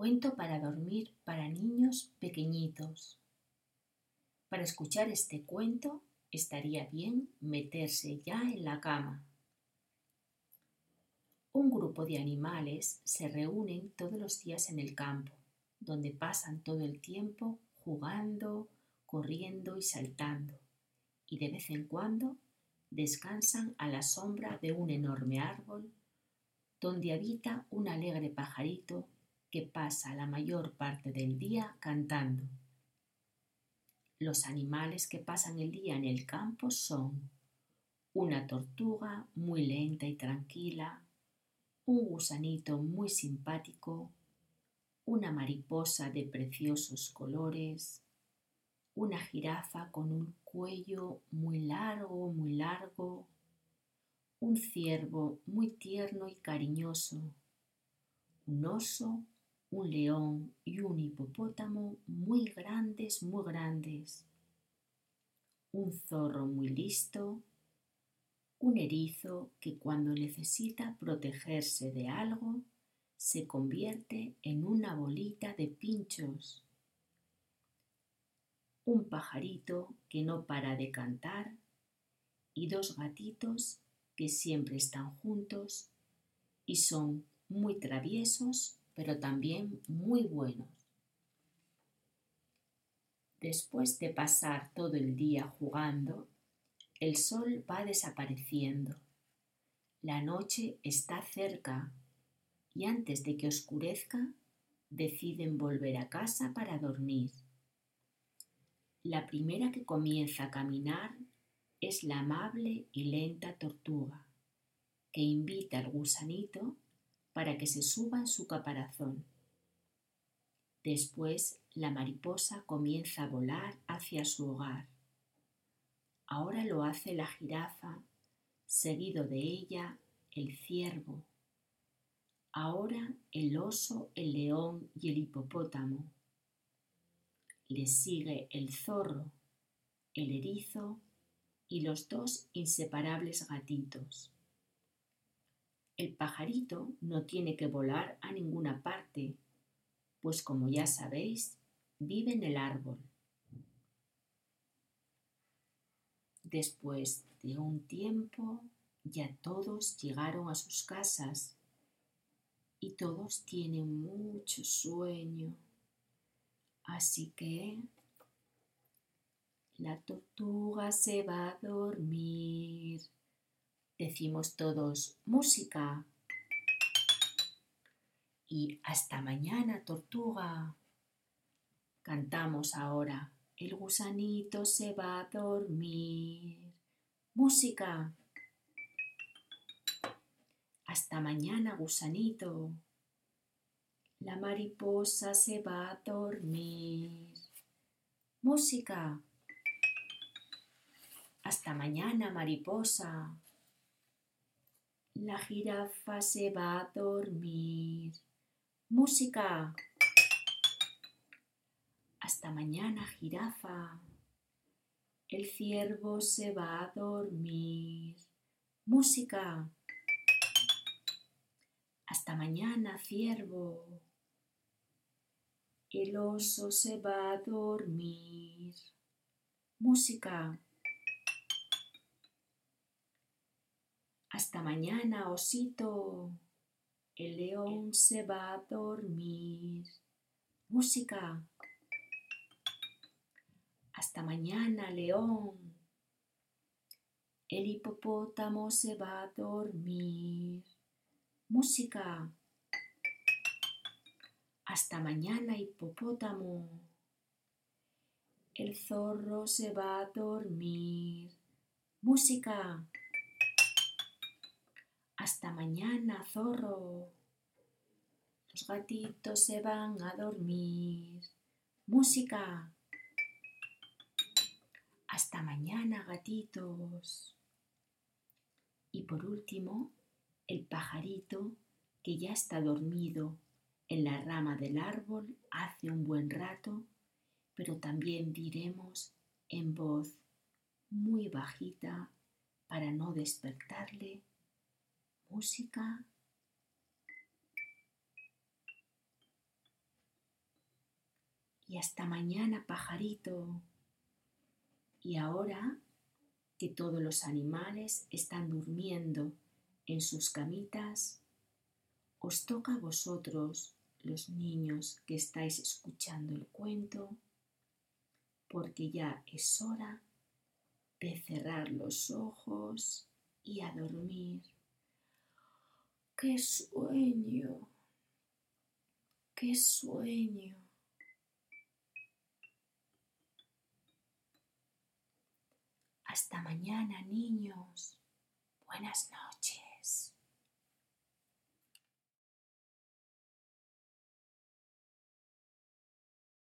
Cuento para dormir para niños pequeñitos. Para escuchar este cuento estaría bien meterse ya en la cama. Un grupo de animales se reúnen todos los días en el campo, donde pasan todo el tiempo jugando, corriendo y saltando, y de vez en cuando descansan a la sombra de un enorme árbol donde habita un alegre pajarito que pasa la mayor parte del día cantando. Los animales que pasan el día en el campo son una tortuga muy lenta y tranquila, un gusanito muy simpático, una mariposa de preciosos colores, una jirafa con un cuello muy largo, un ciervo muy tierno y cariñoso, un oso, un león y un hipopótamo muy grandes, un zorro muy listo, un erizo que cuando necesita protegerse de algo se convierte en una bolita de pinchos, un pajarito que no para de cantar y dos gatitos que siempre están juntos y son muy traviesos pero también muy buenos. Después de pasar todo el día jugando, el sol va desapareciendo. La noche está cerca y antes de que oscurezca, deciden volver a casa para dormir. La primera que comienza a caminar es la amable y lenta tortuga, que invita al gusanito para que se suba en su caparazón. Después, la mariposa comienza a volar hacia su hogar. Ahora lo hace la jirafa, seguido de ella el ciervo. Ahora el oso, el león y el hipopótamo. Le sigue el zorro, el erizo y los dos inseparables gatitos. El pajarito no tiene que volar a ninguna parte, pues como ya sabéis, vive en el árbol. Después de un tiempo, ya todos llegaron a sus casas y todos tienen mucho sueño. Así que la tortuga se va a dormir. Decimos todos música. Y hasta mañana, tortuga. Cantamos ahora. El gusanito se va a dormir. Música. Hasta mañana, gusanito. La mariposa se va a dormir. Música. Hasta mañana, mariposa. La jirafa se va a dormir. Música. Hasta mañana, jirafa. El ciervo se va a dormir. Música. Hasta mañana, ciervo. El oso se va a dormir. Música. Hasta mañana, osito. El león se va a dormir. Música. Hasta mañana, león. El hipopótamo se va a dormir. Música. Hasta mañana, hipopótamo. El zorro se va a dormir. Música. Hasta mañana, zorro. Los gatitos se van a dormir. Música. Hasta mañana, gatitos. Y por último, el pajarito que ya está dormido en la rama del árbol hace un buen rato, pero también diremos en voz muy bajita para no despertarle. Música. Y hasta mañana, pajarito. Y ahora que todos los animales están durmiendo en sus camitas, os toca a vosotros, los niños que estáis escuchando el cuento, porque ya es hora de cerrar los ojos y a dormir. ¡Qué sueño! ¡Qué sueño! Hasta mañana, niños. Buenas noches.